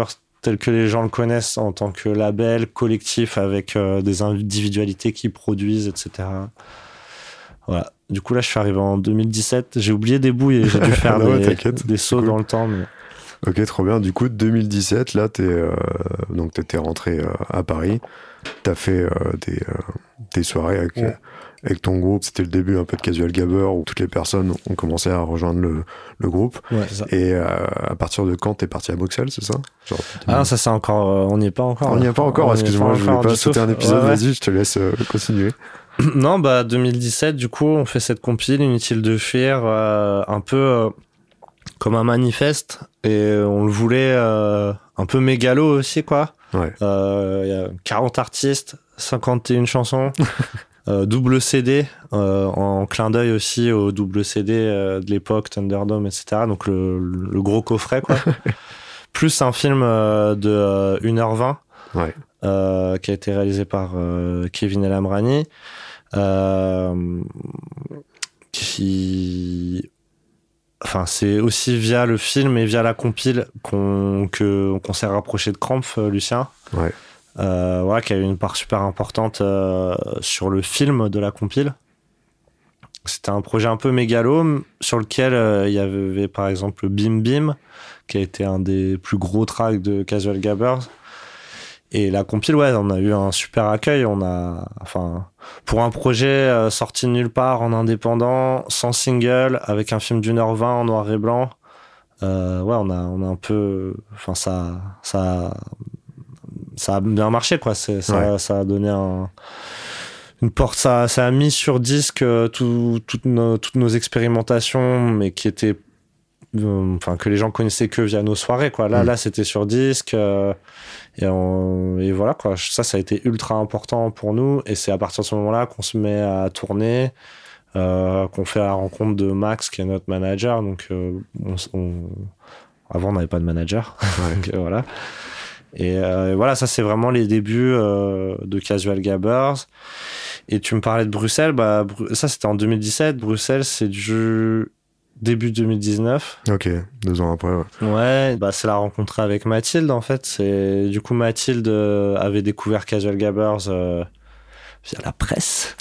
tel que les gens le connaissent en tant que label collectif avec des individualités qui produisent, etc. Voilà. Du coup, là, je suis arrivé en 2017. J'ai oublié des bouts et j'ai dû faire des sauts dans le temps. Mais... Ok, trop bien. Du coup, 2017, là, donc t'étais rentré à Paris. T'as fait des soirées avec ton groupe. C'était le début un peu de Casual Gabber où toutes les personnes ont commencé à rejoindre le groupe. Ouais, c'est ça. Et à partir de quand t'es parti à Bruxelles, c'est ça? Ah non, ça c'est encore... on n'y est pas encore. On n'y est pas encore, excuse-moi, je voulais pas sauter un épisode. Vas-y, je te laisse continuer. Non, 2017, du coup, on fait cette compile, Inutile de fuir, un peu comme un manifeste. Et on le voulait un peu mégalo aussi, quoi. Ouais. Y a 40 artistes, 51 chansons, double CD, en clin d'œil aussi au double CD de l'époque, Thunderdome, etc. Donc le gros coffret, quoi. Plus un film de 1h20 ouais. Qui a été réalisé par Kevin El Amrani, Enfin, c'est aussi via le film et via la compile qu'on s'est rapproché de Krampf, Lucien. Ouais. Voilà, qui a eu une part super importante sur le film de la compile. C'était un projet un peu mégalo sur lequel il y avait par exemple Bim Bim, qui a été un des plus gros tracks de Casual Gabbers. Et la compile, ouais, on a eu un super accueil. Pour un projet sorti de nulle part, en indépendant, sans single, avec un film d'1h20 en noir et blanc, ouais, on a un peu, enfin, ça a bien marché, quoi. Ça a donné une porte, ça a mis sur disque toutes nos expérimentations, mais qui étaient, que les gens connaissaient que via nos soirées, quoi. Là, c'était sur disque. Et voilà, quoi. Ça a été ultra important pour nous. Et c'est à partir de ce moment-là qu'on se met à tourner, qu'on fait la rencontre de Max, qui est notre manager. Donc, avant, on n'avait pas de manager. Ouais. Donc, voilà. Et voilà, ça, c'est vraiment les débuts de Casual Gabbers. Et tu me parlais de Bruxelles. Ça, c'était en 2017. Bruxelles, c'est du début 2019. Ok, 2 ans après, ouais. Ouais, c'est la rencontre avec Mathilde, en fait. Du coup, Mathilde avait découvert Casual Gabbers via la presse.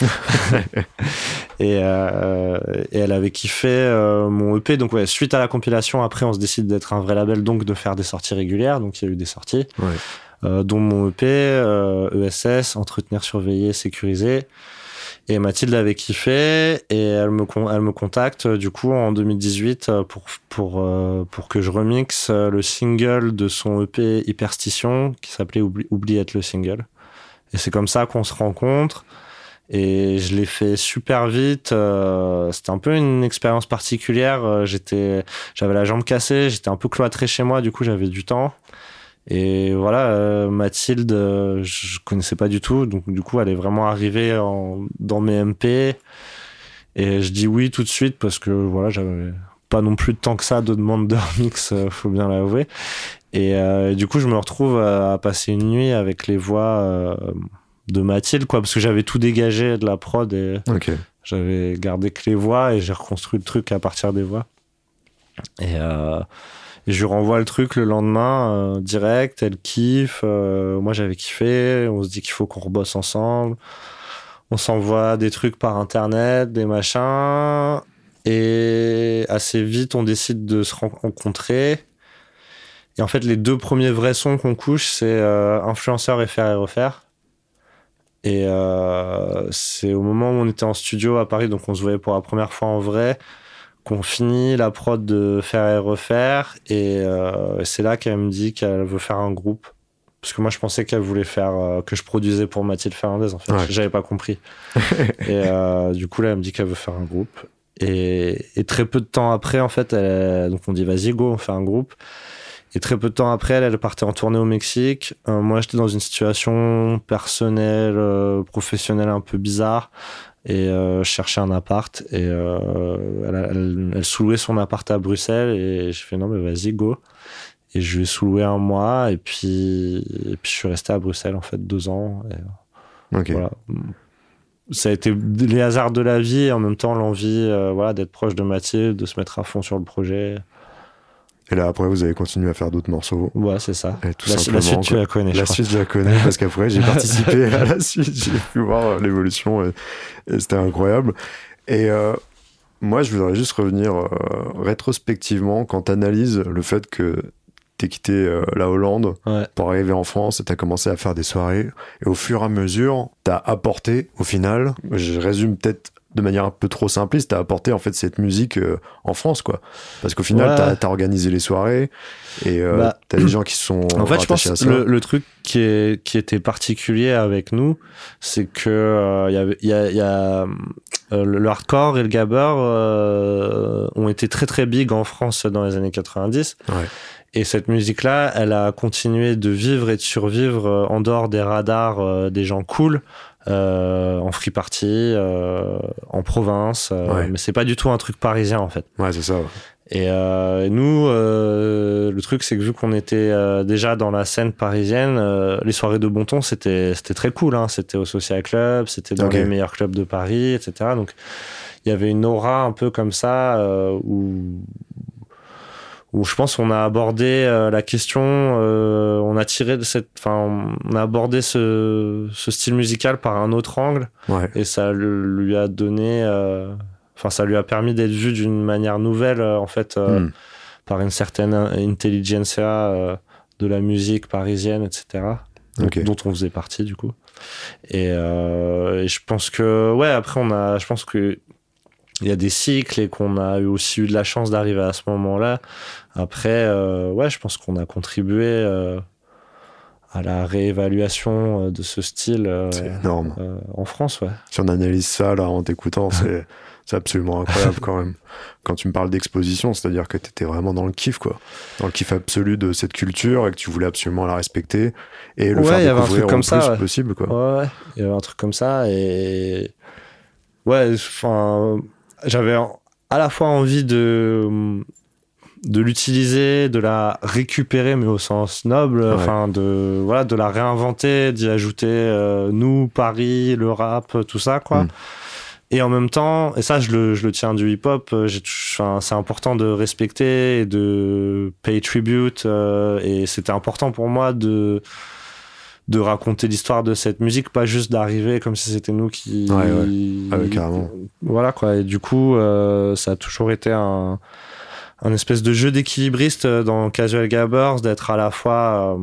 et elle avait kiffé mon EP. Donc, ouais, suite à la compilation, après, on se décide d'être un vrai label, donc de faire des sorties régulières. Donc, il y a eu des sorties, dont mon EP, ESS, Entretenir, Surveiller, Sécuriser. Et Mathilde avait kiffé et elle me contacte du coup en 2018 pour que je remixe le single de son EP Hyperstition qui s'appelait Oublie être le single. Et c'est comme ça qu'on se rencontre et je l'ai fait super vite. C'était un peu une expérience particulière. J'avais la jambe cassée, j'étais un peu cloîtré chez moi, du coup j'avais du temps. Et voilà, Mathilde, je connaissais pas du tout, donc du coup elle est vraiment arrivée dans mes MP et je dis oui tout de suite parce que voilà, j'avais pas non plus de temps que ça de demande de remix, faut bien l'avouer. Et du coup je me retrouve à passer une nuit avec les voix de Mathilde, quoi, parce que j'avais tout dégagé de la prod et j'avais gardé que les voix et j'ai reconstruit le truc à partir des voix. Et je lui renvoie le truc le lendemain, direct, elle kiffe, moi j'avais kiffé, on se dit qu'il faut qu'on rebosse ensemble, on s'envoie des trucs par internet, des machins, et assez vite on décide de se rencontrer. Et en fait les 2 premiers vrais sons qu'on couche, c'est Influenceur et Faire et Refaire. Et c'est au moment où on était en studio à Paris, donc on se voyait pour la première fois en vrai, qu'on finit la prod de Faire et Refaire et c'est là qu'elle me dit qu'elle veut faire un groupe parce que moi je pensais qu'elle voulait faire que je produisais pour Mathilde Fernandez, en fait. J'avais pas compris. Et du coup là elle me dit qu'elle veut faire un groupe et très peu de temps après, en fait, donc on dit vas-y go, on fait un groupe. Et très peu de temps après, elle partait en tournée au Mexique. Moi j'étais dans une situation personnelle, professionnelle un peu bizarre. Et je cherchais un appart et elle sous-louait son appart à Bruxelles et j'ai fait non mais vas-y go, et je lui ai sous-loué 1 mois et puis je suis resté à Bruxelles en fait 2 ans et voilà. Ça a été les hasards de la vie et en même temps l'envie d'être proche de Mathilde, de se mettre à fond sur le projet. Et là, après, vous avez continué à faire d'autres morceaux. Ouais, c'est ça. Et tout La simplement, suite, tu la connais, La suite, je la connais parce qu'après, j'ai participé à la suite. J'ai pu voir l'évolution et c'était incroyable. Et moi, je voudrais juste revenir rétrospectivement quand tu analyses le fait que t'es quitté la Hollande pour arriver en France et t'as commencé à faire des soirées. Et au fur et à mesure, t'as apporté, au final, je résume peut-être de manière un peu trop simpliste, t'as apporté en fait cette musique en France, quoi. Parce qu'au final, t'as organisé les soirées et t'as des gens qui se sont en fait, je pense à ça. Le truc qui était particulier avec nous, c'est que il y a le hardcore et le gabber ont été très très big en France dans les années 90. Ouais. Et cette musique-là, elle a continué de vivre et de survivre en dehors des radars des gens cool, en free party, en province. Mais c'est pas du tout un truc parisien, en fait. Ouais, c'est ça. Ouais. Et nous, le truc, c'est que vu qu'on était déjà dans la scène parisienne, les soirées de bon ton, c'était très cool. Hein. C'était au Social Club, c'était dans les meilleurs clubs de Paris, etc. Donc, il y avait une aura un peu comme ça où je pense qu'on a abordé la question, on a abordé ce style musical par un autre angle, et ça lui a donné, ça lui a permis d'être vu d'une manière nouvelle, en fait, par une certaine intelligentsia de la musique parisienne, etc., dont on faisait partie, du coup. Et je pense que, après, je pense que il y a des cycles et qu'on a aussi eu de la chance d'arriver à ce moment-là. Après, je pense qu'on a contribué à la réévaluation de ce style c'est énorme. En France. Ouais. Si on analyse ça là en t'écoutant, c'est absolument incroyable quand même. Quand tu me parles d'exposition, c'est-à-dire que tu étais vraiment dans le kiff, quoi. Dans le kiff absolu de cette culture et que tu voulais absolument la respecter et le faire découvrir au plus possible, quoi. Ouais, il y avait un truc comme ça et... j'avais à la fois envie de l'utiliser, de la récupérer, mais au sens noble, de la réinventer, d'y ajouter nous, Paris, le rap, tout ça, quoi. Et en même temps, et ça, je le tiens du hip-hop, c'est important de respecter et de pay tribute, et c'était important pour moi de raconter l'histoire de cette musique, pas juste d'arriver comme si c'était nous qui... carrément. Voilà, quoi. Et du coup, ça a toujours été un espèce de jeu d'équilibriste dans Casual Gabbers, d'être à la fois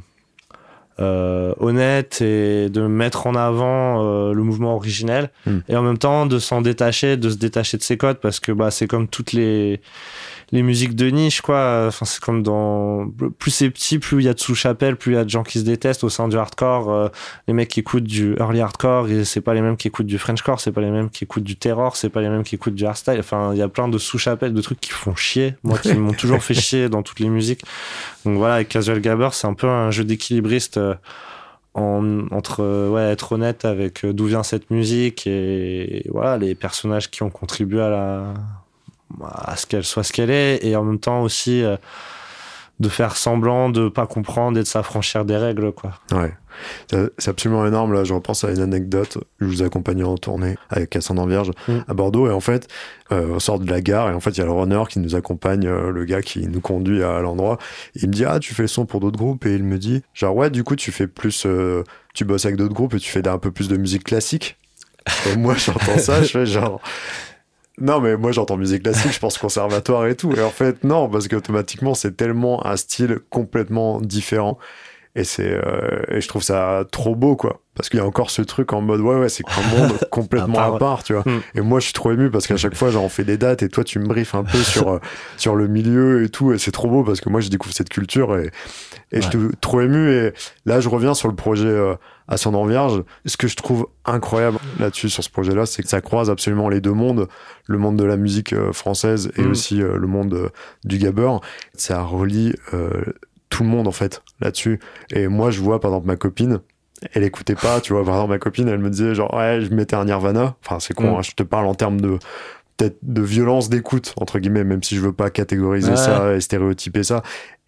honnête et de mettre en avant le mouvement originel, et en même temps de se détacher de ses codes, parce que c'est comme toutes les musiques de niche, quoi. Enfin, c'est comme plus c'est petit, plus il y a de sous-chapelles, plus il y a de gens qui se détestent au sein du hardcore. Les mecs qui écoutent du early hardcore, c'est pas les mêmes qui écoutent du Frenchcore, c'est pas les mêmes qui écoutent du terror, c'est pas les mêmes qui écoutent du hardstyle. Enfin, il y a plein de sous-chapelles, de trucs qui font chier, moi, qui m'ont toujours fait chier dans toutes les musiques. Donc voilà, avec Casual Gabber, c'est un peu un jeu d'équilibriste entre être honnête avec d'où vient cette musique et voilà, les personnages qui ont contribué à ce qu'elle soit ce qu'elle est, et en même temps aussi de faire semblant de pas comprendre et de s'affranchir des règles, quoi. Ouais, c'est absolument énorme. Là, je repense à une anecdote. Je vous accompagnais en tournée avec Ascendant Vierge à Bordeaux, et en fait on sort de la gare et en fait il y a le runner qui nous accompagne, le gars qui nous conduit à l'endroit. Il me dit tu fais le son pour d'autres groupes, et il me dit genre du coup tu fais plus tu bosses avec d'autres groupes et tu fais un peu plus de musique classique. Et moi j'entends ça, je fais genre non, mais moi j'entends musique classique, je pense conservatoire et tout. Et en fait, non, parce qu'automatiquement, c'est tellement un style complètement différent. Et et je trouve ça trop beau, quoi. Parce qu'il y a encore ce truc en mode, c'est un monde complètement à part, tu vois. Et moi, je suis trop ému parce qu'à chaque fois, on fait des dates et toi, tu me briefes un peu sur le milieu et tout. Et c'est trop beau parce que moi, je découvre cette culture et je suis trop ému. Et là, je reviens sur le projet Ascendant Vierge. Ce que je trouve incroyable là-dessus, sur ce projet-là, c'est que ça croise absolument les deux mondes. Le monde de la musique française et aussi le monde du gabber. Ça relie tout le monde, en fait, là-dessus. Et moi, je vois, par exemple, ma copine, elle écoutait pas, tu vois. Par exemple, ma copine, elle me disait, genre, je mettais un Nirvana. Enfin, c'est con, hein, je te parle en termes peut-être de violence d'écoute, entre guillemets, même si je veux pas catégoriser ça et stéréotyper ça.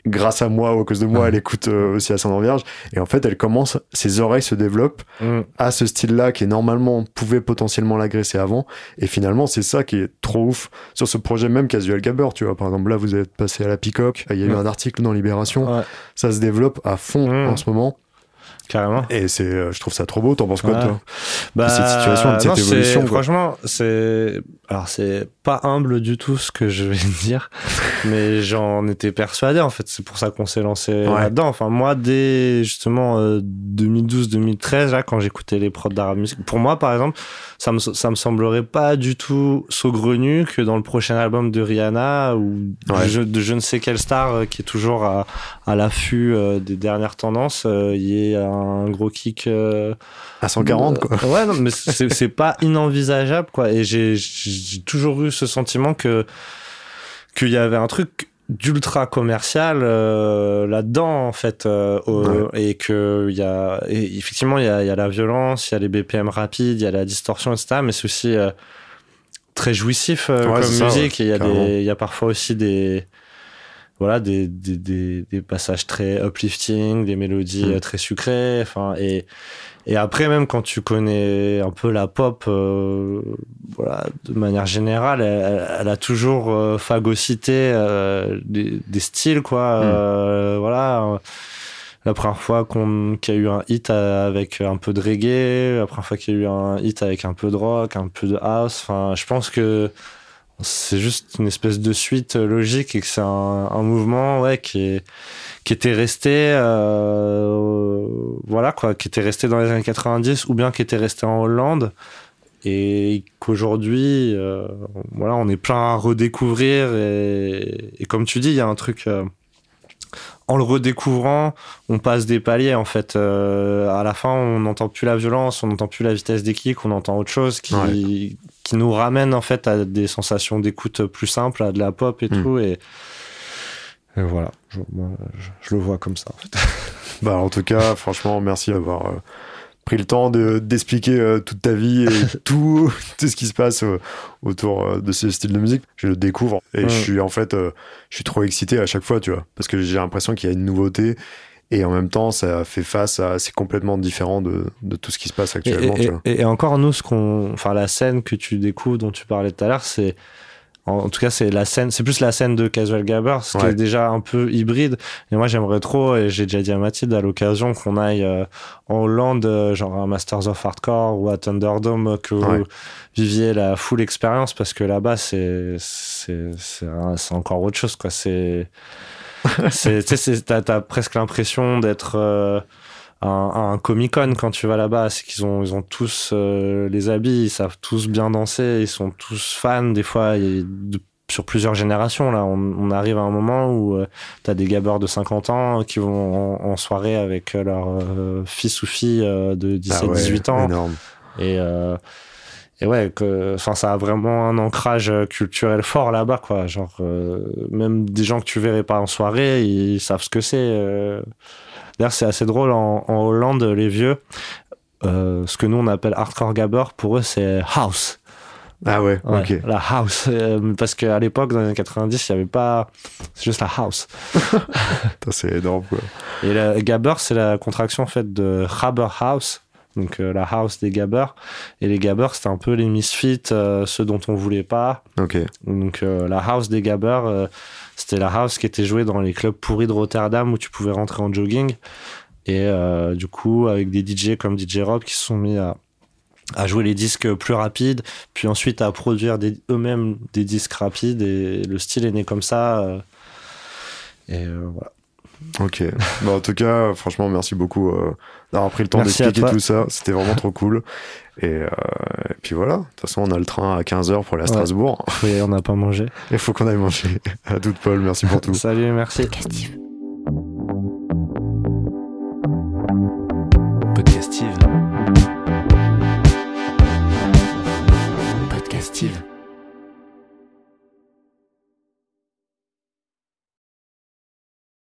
grâce à moi ou à cause de moi, elle écoute aussi Ascendant Vierge. Et en fait, ses oreilles se développent à ce style-là qui normalement pouvait potentiellement l'agresser avant. Et finalement, c'est ça qui est trop ouf sur ce projet même Casual Gabber, tu vois. Par exemple, là, vous êtes passé à la Peacock. Il y a eu un article dans Libération. Ouais. Ça se développe à fond en ce moment. Carrément. Et je trouve ça trop beau. T'en penses quoi, toi, de cette situation, de cette évolution, franchement, c'est pas humble du tout ce que je vais dire, mais j'en étais persuadé, en fait. C'est pour ça qu'on s'est lancé là-dedans. Enfin, moi, dès justement 2012-2013, là, quand j'écoutais les prods d'Arab Music, pour moi, par exemple, ça me semblerait pas du tout saugrenu que dans le prochain album de Rihanna ou de je ne sais quelle star qui est toujours à l'affût des dernières tendances, il y ait un gros kick à 140, quoi. Ouais, non, mais c'est pas inenvisageable, quoi. Et j'ai toujours eu ce sentiment qu'il y avait un truc d'ultra commercial là-dedans, en fait, et que effectivement il y a la violence, il y a les BPM rapides, il y a la distorsion, etc. Mais c'est aussi très jouissif comme musique. Et il y a parfois aussi des passages très uplifting, des mélodies très sucrées, enfin, et après, même quand tu connais un peu la pop, de manière générale, elle a toujours phagocyté des styles, quoi. La première fois qu'il y a eu un hit avec un peu de reggae, la première fois qu'il y a eu un hit avec un peu de rock, un peu de house, enfin, je pense que c'est juste une espèce de suite logique et que c'est un mouvement qui était resté qui était resté dans les années 90 ou bien qui était resté en Hollande et qu'aujourd'hui on est plein à redécouvrir et comme tu dis, il y a un truc en le redécouvrant, on passe des paliers, en fait. À la fin, on n'entend plus la violence, on n'entend plus la vitesse des kicks, on entend autre chose qui nous ramène, en fait, à des sensations d'écoute plus simples, à de la pop et tout. Et voilà, je le vois comme ça, en fait. En tout cas, franchement, merci d'avoir pris le temps d'expliquer toute ta vie et tout ce qui se passe autour de ce style de musique. Je le découvre et je suis trop excité à chaque fois, tu vois, parce que j'ai l'impression qu'il y a une nouveauté et en même temps ça fait face à c'est complètement différent de tout ce qui se passe actuellement. Et encore nous, la scène que tu découvres dont tu parlais tout à l'heure, en tout cas, c'est plus la scène de Casual Gabber, ce qui est déjà un peu hybride. Et moi, j'aimerais trop, et j'ai déjà dit à Mathilde à l'occasion, qu'on aille en Hollande, genre à Masters of Hardcore ou à Thunderdome, que vous viviez la full expérience, parce que là-bas, c'est encore autre chose, quoi. T'as presque l'impression d'être un Comic-Con quand tu vas là-bas. C'est qu'ils ont tous les habits, ils savent tous bien danser, ils sont tous fans. Des fois, sur plusieurs générations, là, on arrive à un moment où t'as des gabbers de 50 ans qui vont en soirée avec leur fils ou fille de 17-18 ans. Énorme. Et ouais, ça a vraiment un ancrage culturel fort là-bas, quoi. Genre, même des gens que tu verrais pas en soirée, ils savent ce que c'est. D'ailleurs, c'est assez drôle, en Hollande, les vieux, ce que nous on appelle hardcore gabber, pour eux c'est house. Ah ouais, ok. La house, parce qu'à l'époque, dans les années 90, il n'y avait pas... C'est juste la house. C'est énorme, quoi. Et la gabber, c'est la contraction, en fait, de Gabber House, donc la house des gabbers. Et les gabbers, c'était un peu les misfits, ceux dont on voulait pas. Ok. Donc la house des gabbers, c'était la house qui était jouée dans les clubs pourris de Rotterdam où tu pouvais rentrer en jogging. Et du coup, avec des DJ comme DJ Rob qui se sont mis à jouer les disques plus rapides, puis ensuite à produire eux-mêmes des disques rapides. Et le style est né comme ça. Voilà. Ok. En tout cas, franchement, merci beaucoup d'avoir pris le temps d'expliquer tout ça. C'était vraiment trop cool. Et puis voilà. De toute façon, on a le train à 15h pour aller à Strasbourg. Et on n'a pas mangé. Il faut qu'on aille manger. À toute, Paul. Merci pour tout. Salut, merci. Podcastive.